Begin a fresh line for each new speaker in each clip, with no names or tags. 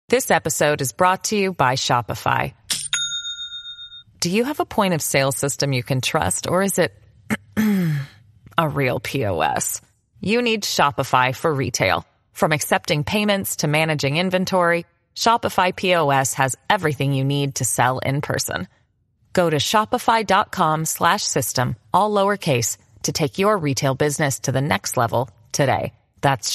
This episode is brought to you by Shopify. Do you have a point of sale system you can trust, or is it a real POS? You need Shopify for retail. From accepting payments to managing inventory, Shopify POS has everything you need to sell in person. Go to shopify.com/system, all lowercase, to take your retail business to the next level today. That's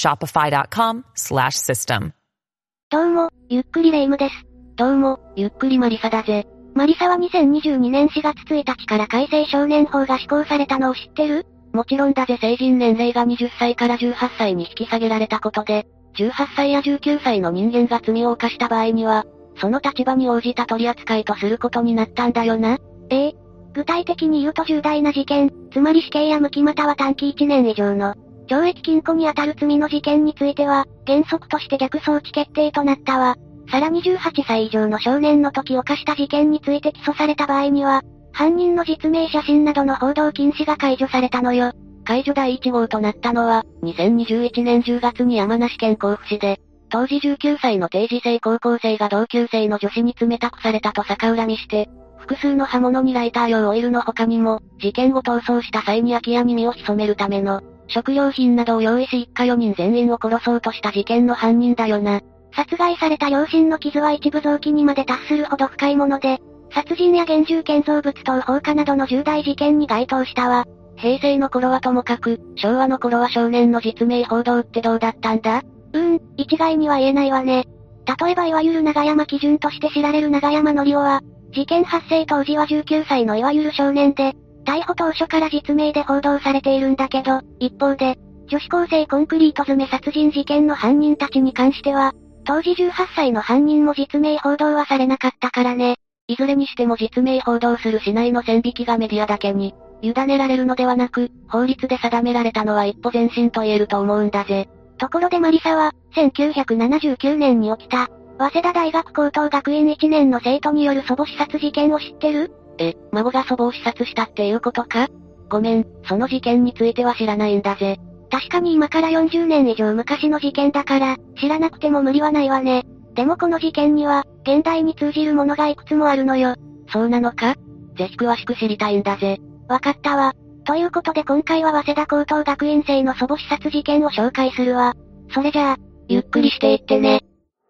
shopify.com/system.
どうも、ゆっくりレ夢ムです。
どうも、ゆっくりマリサだぜ。
マリサは2022年4月1日から改正少年法が施行されたのを知ってる？
もちろんだぜ。成人年齢が20歳から18歳に引き下げられたことで、18歳や19歳の人間が罪を犯した場合には、その立場に応じた取り扱いとすることになったんだよな。
具体的に言うと重大な事件、つまり死刑や無期または短期1年以上の懲役禁錮に当たる罪の事件については、原則として逆送致決定となったわ。さらに18歳以上の少年の時犯した事件について起訴された場合には、犯人の実名写真などの報道禁止が解除されたのよ。
解除第1号となったのは、2021年10月に山梨県甲府市で、当時19歳の定時制高校生が同級生の女子に冷たくされたと逆恨みして、複数の刃物にライター用オイルの他にも、事件後逃走した際に空き家に身を潜めるための、食料品などを用意し一家4人全員を殺そうとした事件の犯人だよな。
殺害された両親の傷は一部臓器にまで達するほど深いもので、殺人や現住建造物等放火などの重大事件に該当したわ。
平成の頃はともかく、昭和の頃は少年の実名報道ってどうだったんだ？
一概には言えないわね。例えばいわゆる永山基準として知られる永山則夫は、事件発生当時は19歳のいわゆる少年で、逮捕当初から実名で報道されているんだけど、一方で、女子高生コンクリート詰め殺人事件の犯人たちに関しては、当時18歳の犯人も実名報道はされなかったからね。
いずれにしても実名報道するしないの線引きがメディアだけに、委ねられるのではなく、法律で定められたのは一歩前進と言えると思うんだぜ。
ところでマリサは、1979年に起きた、早稲田大学高等学院1年の生徒による祖母刺殺事件を知ってる？
孫が祖母を刺殺したっていうことか？ごめん、その事件については知らないんだぜ。
確かに今から40年以上昔の事件だから、知らなくても無理はないわね。でもこの事件には、現代に通じるものがいくつもあるのよ。
そうなのか？ぜひ詳しく知りたいんだぜ。
わかったわ。ということで今回は早稲田高等学院生の祖母刺殺事件を紹介するわ。それじゃあ、
ゆっくりしていってね。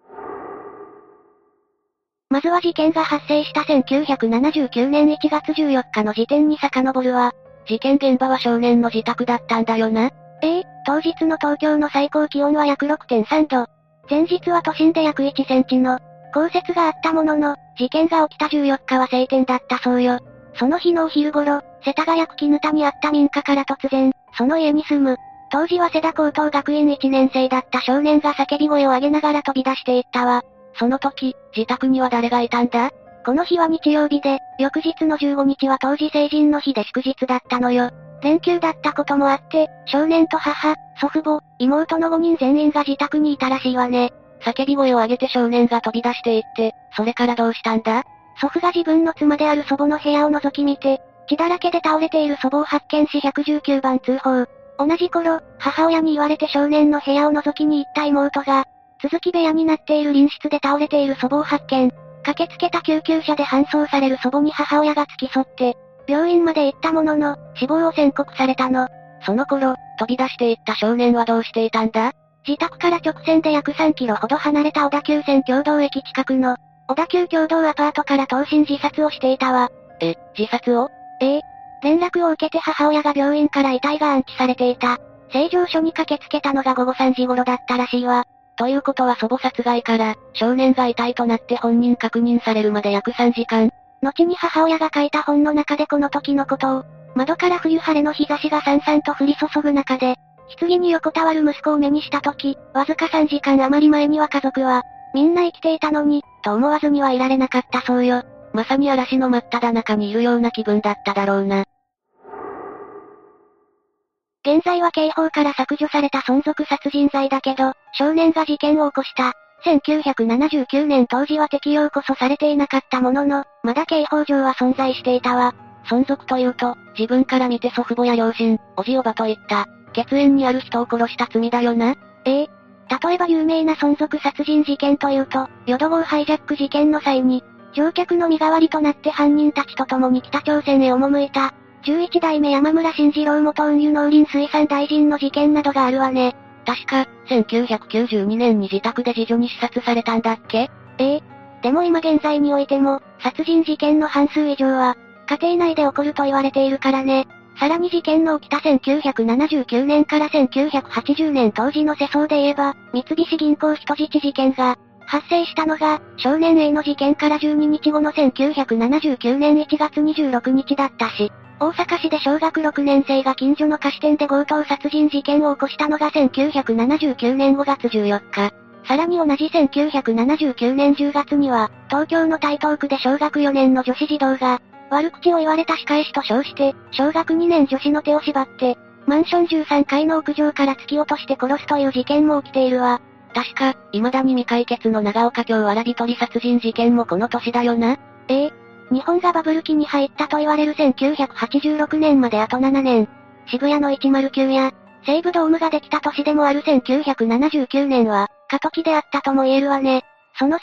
まずは事件が発生した1979年1月14日の時点に遡るわ。
事件現場は少年の自宅だったんだよな。
当日の東京の最高気温は約 6.3 度。前日は都心で約1センチの降雪があったものの、事件が起きた14日は晴天だったそうよ。その日のお昼頃、世田谷区絹田にあった民家から突然、その家に住む、当時早稲田高等学院1年生だった少年が叫び声を上げながら飛び出していったわ。
その時、自宅には誰がいたんだ？
この日は日曜日で、翌日の15日は当時成人の日で祝日だったのよ。連休だったこともあって、少年と母、祖父母、妹の5人全員が自宅にいたらしいわね。
叫び声を上げて少年が飛び出していって、それからどうしたんだ？
祖父が自分の妻である祖母の部屋を覗き見て、血だらけで倒れている祖母を発見し119番通報。同じ頃、母親に言われて少年の部屋を覗きに行った妹が、続き部屋になっている隣室で倒れている祖母を発見。駆けつけた救急車で搬送される祖母に母親が付き添って、病院まで行ったものの、死亡を宣告されたの。
その頃、飛び出していった少年はどうしていたんだ？
自宅から直線で約3キロほど離れた小田急線共同駅近くの、小田急共同アパートから投身自殺をしていたわ。
自殺を？
連絡を受けて母親が病院から遺体が安置されていた。成城署に駆けつけたのが午後3時頃だったらしいわ。
ということは祖母殺害から、少年が遺体となって本人確認されるまで約3時間。
後に母親が書いた本の中でこの時のことを、窓から冬晴れの日差しがさんさんと降り注ぐ中で、棺に横たわる息子を目にした時、わずか3時間余り前には家族は、みんな生きていたのに、と思わずにはいられなかったそうよ。
まさに嵐の真っ只中にいるような気分だっただろうな。
現在は刑法から削除された存続殺人罪だけど、少年が事件を起こした。1979年当時は適用こそされていなかったものの、まだ刑法上は存在していたわ。
存続というと、自分から見て祖父母や両親、おじおばといった、血縁にある人を殺した罪だよな。
例えば有名な存続殺人事件というと、淀号ハイジャック事件の際に、乗客の身代わりとなって犯人たちと共に北朝鮮へ赴いた、11代目山村慎次郎元運輸農林水産大臣の事件などがあるわね。
確か、1992年に自宅で次女に刺殺されたんだっけ？
でも今現在においても、殺人事件の半数以上は、家庭内で起こると言われているからね。さらに事件の起きた1979年から1980年当時の世相で言えば、三菱銀行人質事件が、発生したのが、少年 A の事件から12日後の1979年1月26日だったし、大阪市で小学6年生が近所の菓子店で強盗殺人事件を起こしたのが1979年5月14日。さらに同じ1979年10月には、東京の台東区で小学4年の女子児童が、悪口を言われた仕返しと称して、小学2年女子の手を縛って、マンション13階の屋上から突き落として殺すという事件も起きているわ。
確か、未だに未解決の長岡京わらび取り殺人事件もこの年だよな。
日本がバブル期に入ったと言われる1986年まであと7年。渋谷の109や、西武ドームができた年でもある1979年は、過渡期であったとも言えるわね。その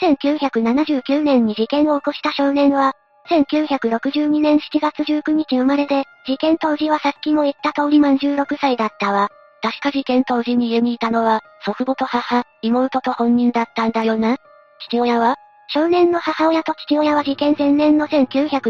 1979年に事件を起こした少年は、1962年7月19日生まれで、事件当時はさっきも言った通り満16歳だったわ。
確か事件当時に家にいたのは、祖父母と母、妹と本人だったんだよな。父親は？
少年の母親と父親は事件前年の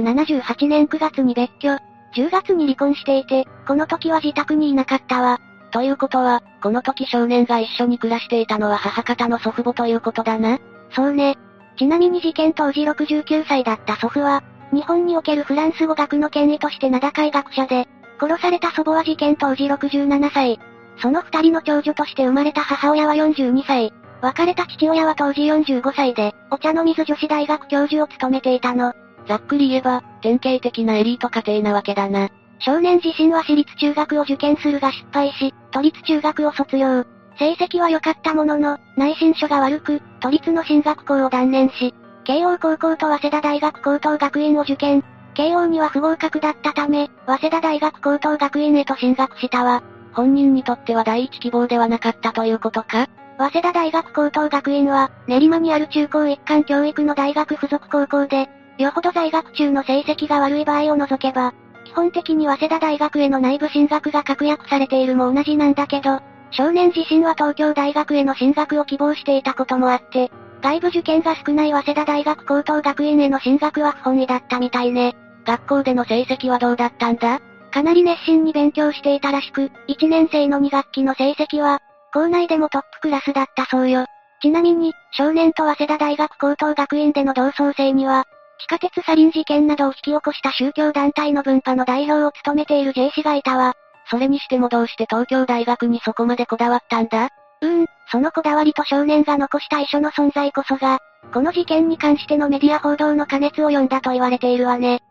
1978年9月に別居、10月に離婚していて、この時は自宅にいなかったわ。
ということは、この時少年が一緒に暮らしていたのは母方の祖父母ということだな。
そうね。ちなみに事件当時69歳だった祖父は、日本におけるフランス語学の権威として名高い学者で、殺された祖母は事件当時67歳。その二人の長女として生まれた母親は42歳。別れた父親は当時45歳で、お茶の水女子大学教授を務めていたの。
ざっくり言えば、典型的なエリート家庭なわけだな。
少年自身は私立中学を受験するが失敗し、都立中学を卒業。成績は良かったものの、内申書が悪く、都立の進学校を断念し、慶応高校と早稲田大学高等学院を受験。慶応には不合格だったため、早稲田大学高等学院へと進学したわ。
本人にとっては第一希望ではなかったということか？
早稲田大学高等学院は、練馬にある中高一貫教育の大学附属高校で、よほど在学中の成績が悪い場合を除けば、基本的に早稲田大学への内部進学が確約されているも同じなんだけど、少年自身は東京大学への進学を希望していたこともあって、外部受験が少ない早稲田大学高等学院への進学は不本意だったみたいね。
学校での成績はどうだったんだ？
かなり熱心に勉強していたらしく、1年生の2学期の成績は、校内でもトップクラスだったそうよ。ちなみに、少年と早稲田大学高等学院での同窓生には、地下鉄サリン事件などを引き起こした宗教団体の分派の代表を務めている J 氏がいたわ。
それにしてもどうして東京大学にそこまでこだわったんだ？
そのこだわりと少年が残した遺書の存在こそが、この事件に関してのメディア報道の過熱を呼んだと言われているわね。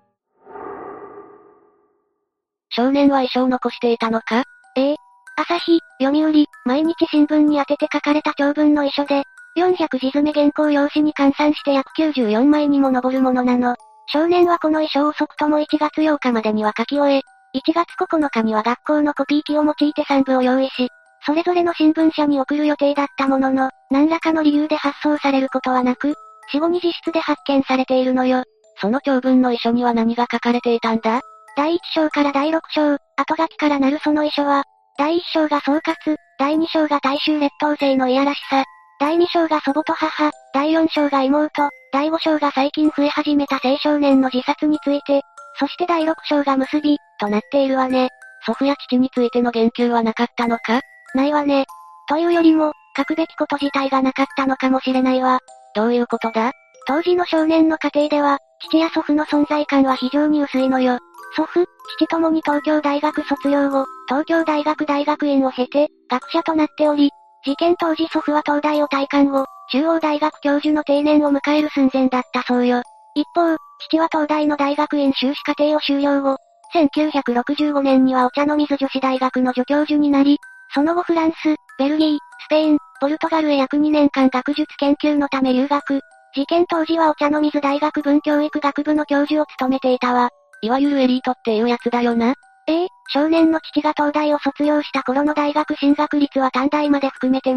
少年は遺書を残していたのか？
朝日、読売、毎日新聞に当てて書かれた長文の遺書で、400字詰め原稿用紙に換算して約94枚にも上るものなの。少年はこの遺書を遅くとも1月8日までには書き終え、1月9日には学校のコピー機を用いて3部を用意し、それぞれの新聞社に送る予定だったものの、何らかの理由で発送されることはなく、死後に自室で発見されているのよ。
その長文の遺書には何が書かれていたんだ？
第1章から第6章、後書きからなるその遺書は、第1章が総括、第2章が大衆劣等生のいやらしさ、第2章が祖母と母、第4章が妹、第5章が最近増え始めた青少年の自殺について、そして第6章が結び、となっているわね。
祖父や父についての言及はなかったのか？
ないわね。というよりも、書くべきこと自体がなかったのかもしれないわ。
どういうことだ？
当時の少年の家庭では、父や祖父の存在感は非常に薄いのよ。祖父、父ともに東京大学卒業後、東京大学大学院を経て、学者となっており、事件当時祖父は東大を退官後、中央大学教授の定年を迎える寸前だったそうよ。一方、父は東大の大学院修士課程を修了後、1965年にはお茶の水女子大学の助教授になり、その後フランス、ベルギー、スペイン、ポルトガルへ約2年間学術研究のため留学。事件当時はお茶の水大学文教育学部の教授を務めていたわ。
いわゆるエリートっていうやつだよな。
少年の父が東大を卒業した頃の大学進学率は短大まで含めても、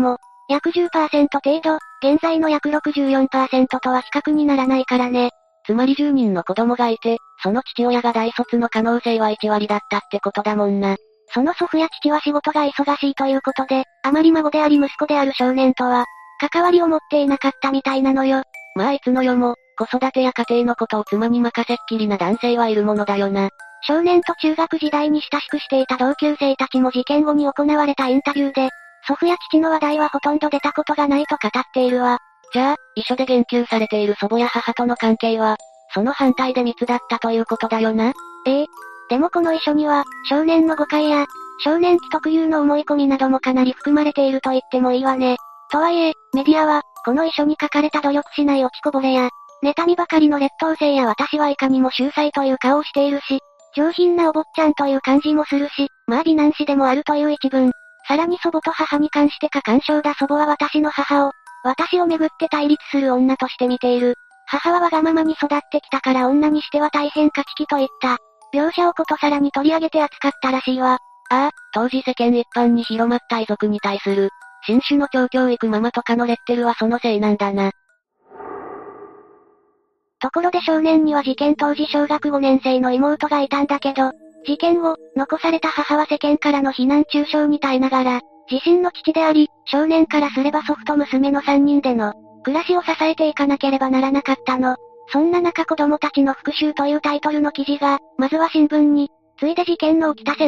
約 10% 程度、現在の約 64% とは比較にならないからね。
つまり10人の子供がいて、その父親が大卒の可能性は1割だったってことだもんな。
その祖父や父は仕事が忙しいということで、あまり孫であり息子である少年とは、関わりを持っていなかったみたいなのよ。
まあいつの世も、子育てや家庭のことを妻に任せっきりな男性はいるものだよな。
少年と中学時代に親しくしていた同級生たちも事件後に行われたインタビューで、祖父や父の話題はほとんど出たことがないと語っているわ。
じゃあ、遺書で言及されている祖母や母との関係は、その反対で密だったということだよな。
でもこの遺書には、少年の誤解や、少年期特有の思い込みなどもかなり含まれていると言ってもいいわね。とはいえ、メディアは、この遺書に書かれた努力しない落ちこぼれや、妬みばかりの劣等生や私はいかにも秀才という顔をしているし、上品なお坊ちゃんという感じもするし、まあ美男子でもあるという一文。さらに祖母と母に関して過干渉だ祖母は私の母を、私をめぐって対立する女として見ている。母はわがままに育ってきたから女にしては大変勝ち気といった。描写をことさらに取り上げて扱ったらしいわ。
当時世間一般に広まった遺族に対する、新種の超教育ママとかのレッテルはそのせいなんだな。
ところで少年には事件当時小学5年生の妹がいたんだけど、事件後、残された母は世間からの非難中傷に耐えながら、自身の父であり、少年からすれば祖父と娘の3人での、暮らしを支えていかなければならなかったの。そんな中子供たちの復讐というタイトルの記事が、まずは新聞に、ついで事件の起きた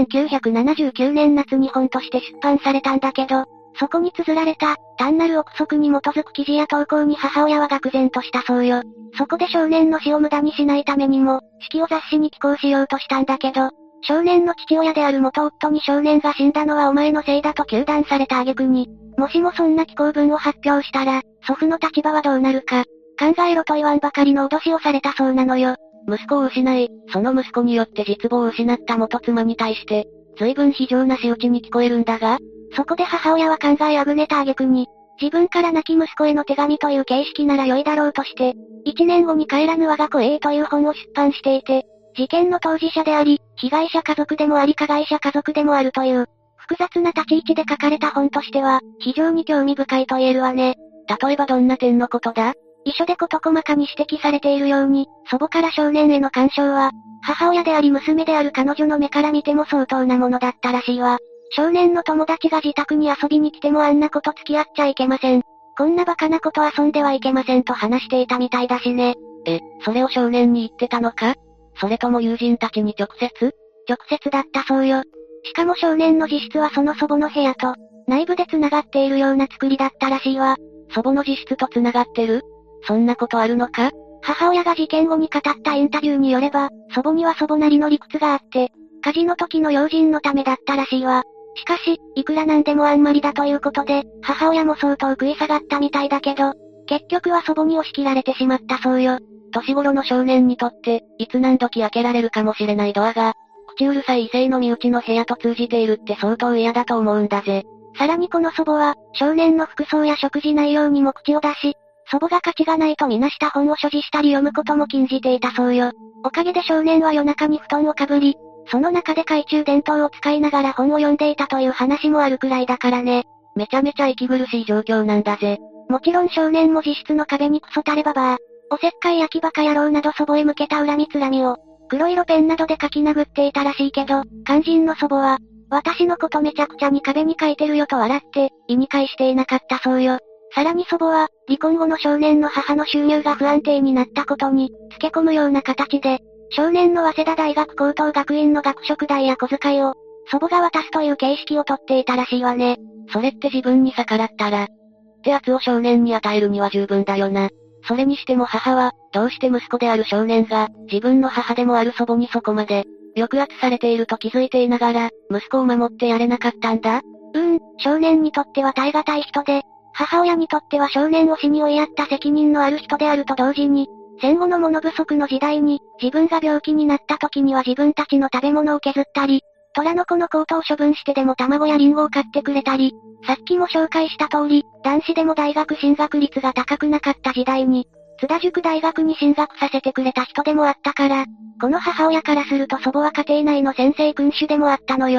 1979年夏に本として出版されたんだけど、そこに綴られた、単なる憶測に基づく記事や投稿に母親は愕然としたそうよ。そこで少年の死を無駄にしないためにも、手記を雑誌に寄稿しようとしたんだけど、少年の父親である元夫に少年が死んだのはお前のせいだと糾弾された挙句に、もしもそんな寄稿文を発表したら、祖父の立場はどうなるか、考えろと言わんばかりの脅しをされたそうなのよ。
息子を失い、その息子によって実母を失った元妻に対して、随分非常な仕打ちに聞こえるんだが、
そこで母親は考えあぐねた挙句に、自分から亡き息子への手紙という形式なら良いだろうとして、1年後に帰らぬ我が子へという本を出版していて、事件の当事者であり、被害者家族でもあり加害者家族でもあるという、複雑な立ち位置で書かれた本としては、非常に興味深いと言えるわね。
例えばどんな点のことだ？
遺書で事細かに指摘されているように、祖母から少年への干渉は、母親であり娘である彼女の目から見ても相当なものだったらしいわ。少年の友達が自宅に遊びに来てもあんなこと付き合っちゃいけません。こんなバカなこと遊んではいけませんと話していたみたいだしね。
それを少年に言ってたのか？それとも友人たちに直接
だったそうよ。しかも少年の自室はその祖母の部屋と、内部で繋がっているような作りだったらしいわ。
祖母の自室と繋がってる？そんなことあるのか？
母親が事件後に語ったインタビューによれば、祖母には祖母なりの理屈があって、火事の時の用心のためだったらしいわ。しかし、いくらなんでもあんまりだということで、母親も相当食い下がったみたいだけど、結局は祖母に押し切られてしまったそうよ。
年頃の少年にとって、いつ何時開けられるかもしれないドアが、口うるさい異性の身内の部屋と通じているって相当嫌だと思うんだぜ。
さらにこの祖母は、少年の服装や食事内容にも口を出し、祖母が価値がないとみなした本を所持したり読むことも禁じていたそうよ。おかげで少年は夜中に布団をかぶり、その中で懐中電灯を使いながら本を読んでいたという話もあるくらいだからね。
めちゃめちゃ息苦しい状況なんだぜ。
もちろん少年も自室の壁にクソタレババア、おせっかい焼きバカ野郎など祖母へ向けた恨みつらみを、黒色ペンなどで書き殴っていたらしいけど、肝心の祖母は、私のことめちゃくちゃに壁に書いてるよと笑って、意に介していなかったそうよ。さらに祖母は、離婚後の少年の母の収入が不安定になったことに、つけ込むような形で、少年の早稲田大学高等学院の学食代や小遣いを、祖母が渡すという形式をとっていたらしいわね。
それって自分に逆らったら、って圧を少年に与えるには十分だよな。それにしても母は、どうして息子である少年が、自分の母でもある祖母にそこまで、抑圧されていると気づいていながら、息子を守ってやれなかったんだ？
少年にとっては耐え難い人で、母親にとっては少年を死に追いやった責任のある人であると同時に、戦後の物不足の時代に、自分が病気になった時には自分たちの食べ物を削ったり、虎の子のコートを処分してでも卵やリンゴを買ってくれたり、さっきも紹介した通り、男子でも大学進学率が高くなかった時代に、津田塾大学に進学させてくれた人でもあったから、この母親からすると祖母は家庭内の先生君主でもあったのよ。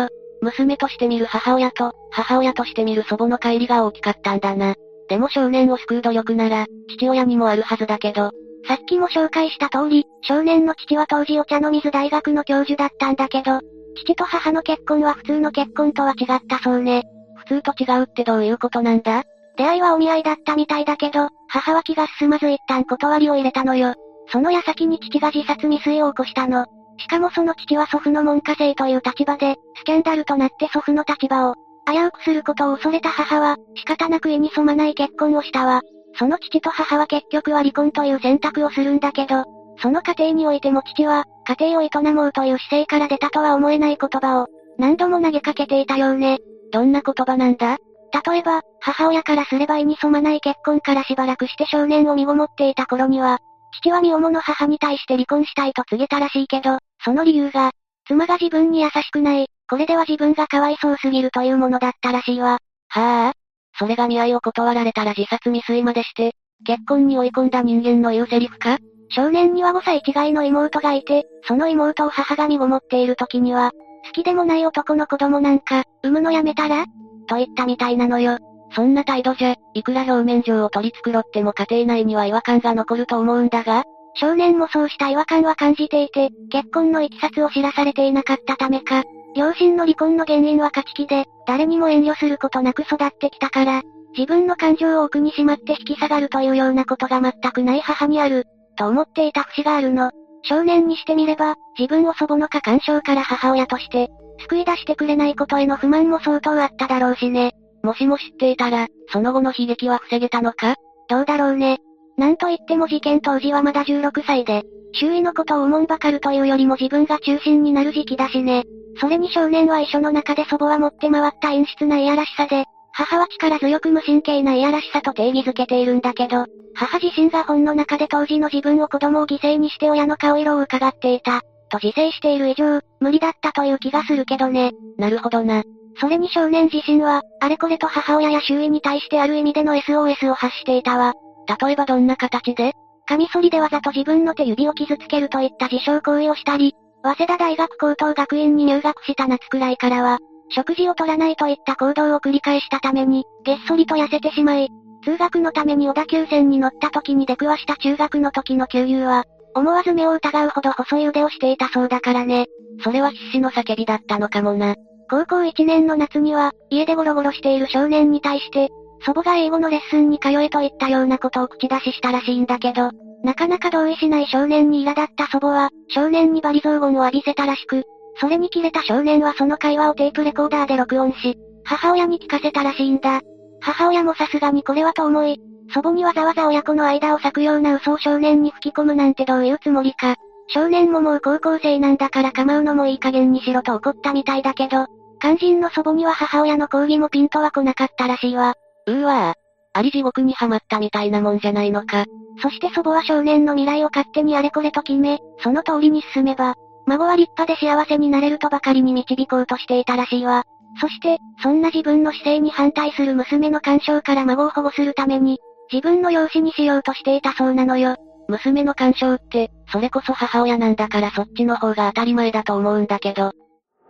娘として見る母親と、母親として見る祖母の乖離が大きかったんだな。でも少年を救う努力なら、父親にもあるはずだけど、
さっきも紹介した通り、少年の父は当時お茶の水大学の教授だったんだけど、父と母の結婚は普通の結婚とは違ったそうね。
普通と違うってどういうことなんだ？
出会いはお見合いだったみたいだけど、母は気が進まず一旦断りを入れたのよ。その矢先に父が自殺未遂を起こしたの。しかもその父は祖父の門下生という立場で、スキャンダルとなって祖父の立場を危うくすることを恐れた母は、仕方なく意に染まない結婚をしたわ。その父と母は結局は離婚という選択をするんだけど、その過程においても父は、家庭を営もうという姿勢から出たとは思えない言葉を、何度も投げかけていたようね。
どんな言葉なんだ？
例えば、母親からすれば意に染まない結婚からしばらくして少年を身ごもっていた頃には、父は身重の母に対して離婚したいと告げたらしいけど、その理由が、妻が自分に優しくない、これでは自分がかわいそうすぎるというものだったらしいわ。
はあ？それが見合いを断られたら自殺未遂までして、結婚に追い込んだ人間の言うセリフか？
少年には5歳違いの妹がいて、その妹を母が身ごもっている時には、好きでもない男の子供なんか、産むのやめたらと言ったみたいなのよ。
そんな態度じゃ、いくら表面上を取り繕っても家庭内には違和感が残ると思うんだが、
少年もそうした違和感は感じていて、結婚の経緯を知らされていなかったためか、両親の離婚の原因は勝ち気で、誰にも遠慮することなく育ってきたから、自分の感情を奥にしまって引き下がるというようなことが全くない母にある、と思っていた節があるの。少年にしてみれば、自分を祖母の過干渉から母親として、救い出してくれないことへの不満も相当あっただろうしね。
もしも知っていたら、その後の悲劇は防げたのか？
どうだろうね。なんといっても事件当時はまだ16歳で、周囲のことをおもんばかるというよりも自分が中心になる時期だしね。それに少年は遺書の中で祖母は持って回った陰湿ないやらしさで、母は力強く無神経ないやらしさと定義づけているんだけど、母自身が本の中で当時の自分を子供を犠牲にして親の顔色を伺っていた、と自制している以上、無理だったという気がするけどね。
なるほどな。
それに少年自身は、あれこれと母親や周囲に対してある意味での SOS を発していたわ。
例えばどんな形で？
カミソリでわざと自分の手指を傷つけるといった自傷行為をしたり、早稲田大学高等学院に入学した夏くらいからは、食事を取らないといった行動を繰り返したために、げっそりと痩せてしまい、通学のために小田急線に乗った時に出くわした中学の時の給油は、思わず目を疑うほど細い腕をしていたそうだからね。
それは必死の叫びだったのかもな。
高校1年の夏には、家でゴロゴロしている少年に対して、祖母が英語のレッスンに通えといったようなことを口出ししたらしいんだけど、なかなか同意しない少年に苛立った祖母は、少年に罵詈雑言を浴びせたらしく、それにキレた少年はその会話をテープレコーダーで録音し、母親に聞かせたらしいんだ。母親もさすがにこれはと思い、祖母にわざわざ親子の間を裂くような嘘を少年に吹き込むなんてどういうつもりか。少年ももう高校生なんだから構うのもいい加減にしろと怒ったみたいだけど、肝心の祖母には母親の抗議もピンとは来なかったらしいわ。
あり地獄にはまったみたいなもんじゃないのか。
そして祖母は少年の未来を勝手にあれこれと決め、その通りに進めば、孫は立派で幸せになれるとばかりに導こうとしていたらしいわ。そして、そんな自分の姿勢に反対する娘の干渉から孫を保護するために、自分の養子にしようとしていたそうなのよ。
娘の干渉って、それこそ母親なんだからそっちの方が当たり前だと思うんだけど。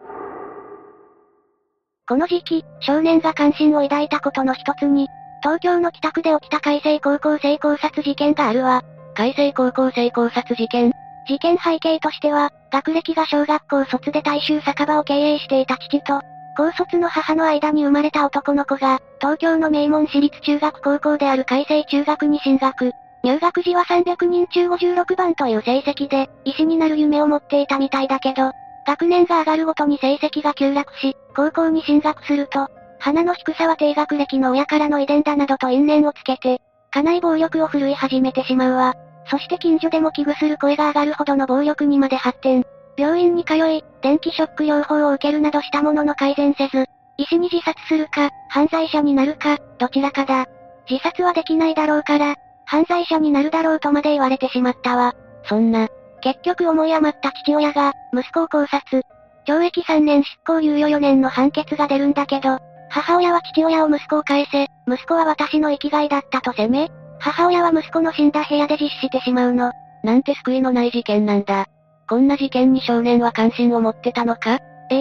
この時期、少年が関心を抱いたことの一つに、東京の北区で起きた海星高校生絞殺事件があるわ。
海星高校生絞殺事件？
事件背景としては、学歴が小学校卒で大衆酒場を経営していた父と、高卒の母の間に生まれた男の子が、東京の名門私立中学高校である海星中学に進学。入学時は300人中56番という成績で、医師になる夢を持っていたみたいだけど、学年が上がるごとに成績が急落し、高校に進学すると、鼻の低さは低学歴の親からの遺伝だなどと因縁をつけて、家内暴力を振るい始めてしまうわ。そして近所でも危惧する声が上がるほどの暴力にまで発展。病院に通い、電気ショック療法を受けるなどしたものの改善せず、医師に自殺するか、犯罪者になるか、どちらかだ。自殺はできないだろうから、犯罪者になるだろうとまで言われてしまったわ。
そんな、
結局思い余った父親が、息子を絞殺。懲役3年執行猶予4年の判決が出るんだけど、母親は父親を息子を返せ、息子は私の生きがいだったと責め、母親は息子の死んだ部屋で実施してしまうの。
なんて救いのない事件なんだ。こんな事件に少年は関心を持ってたのか？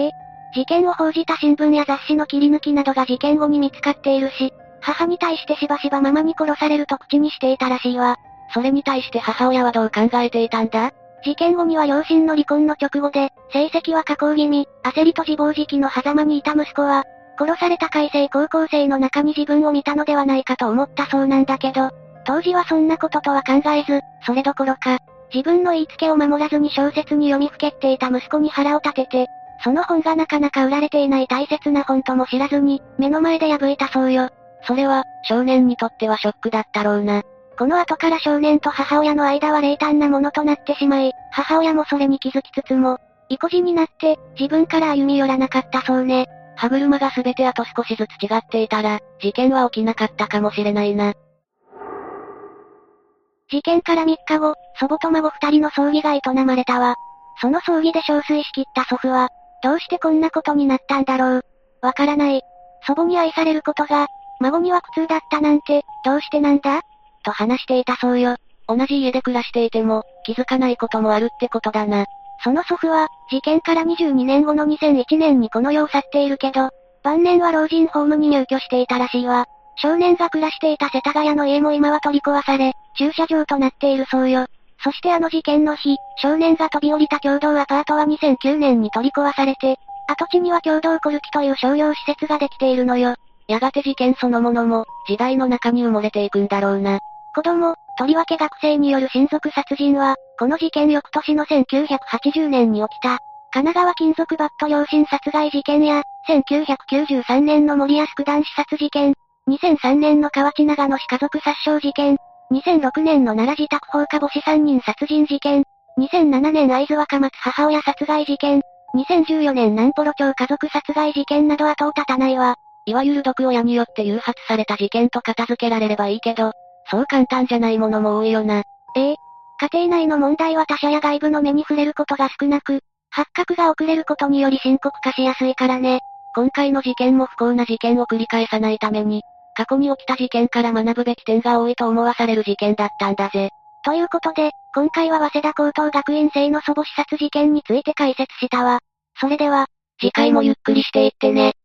事件を報じた新聞や雑誌の切り抜きなどが事件後に見つかっているし、母に対してしばしばママに殺されると口にしていたらしいわ。
それに対して母親はどう考えていたんだ？
事件後には両親の離婚の直後で、成績は下降気味、焦りと自暴自棄の狭間にいた息子は、殺された改正高校生の中に自分を見たのではないかと思ったそうなんだけど、当時はそんなこととは考えず、それどころか、自分の言いつけを守らずに小説に読みふけっていた息子に腹を立てて、その本がなかなか売られていない大切な本とも知らずに、目の前で破いたそうよ。
それは、少年にとってはショックだったろうな。
この後から少年と母親の間は冷淡なものとなってしまい、母親もそれに気づきつつも、意固地になって、自分から歩み寄らなかったそうね。
歯車が全てあと少しずつ違っていたら、事件は起きなかったかもしれないな。
事件から3日後、祖母と孫2人の葬儀が営まれたわ。その葬儀で憔悴しきった祖父は、どうしてこんなことになったんだろう。わからない。祖母に愛されることが、孫には苦痛だったなんて、どうしてなんだと話していたそうよ。
同じ家で暮らしていても、気づかないこともあるってことだな。
その祖父は、事件から22年後の2001年にこの世を去っているけど、晩年は老人ホームに入居していたらしいわ。少年が暮らしていた世田谷の家も今は取り壊され、駐車場となっているそうよ。そしてあの事件の日、少年が飛び降りた共同アパートは2009年に取り壊されて、跡地には共同コルキという商業施設ができているのよ。
やがて事件そのものも、時代の中に埋もれていくんだろうな。
子供、とりわけ学生による親族殺人は、この事件翌年の1980年に起きた、神奈川金属バット両親殺害事件や、1993年の森安九段刺殺事件、2003年の河内長野市家族殺傷事件、2006年の奈良自宅放火母子3人殺人事件、2007年会津若松母親殺害事件、2014年南幌町家族殺害事件など後を絶たないわ。
いわゆる毒親によって誘発された事件と片付けられればいいけど、そう簡単じゃないものも多いよな。
家庭内の問題は他者や外部の目に触れることが少なく、発覚が遅れることにより深刻化しやすいからね。
今回の事件も不幸な事件を繰り返さないために、過去に起きた事件から学ぶべき点が多いと思わされる事件だったんだぜ。
ということで、今回は早稲田高等学院生の祖母刺殺事件について解説したわ。それでは、
次回もゆっくりしていってね。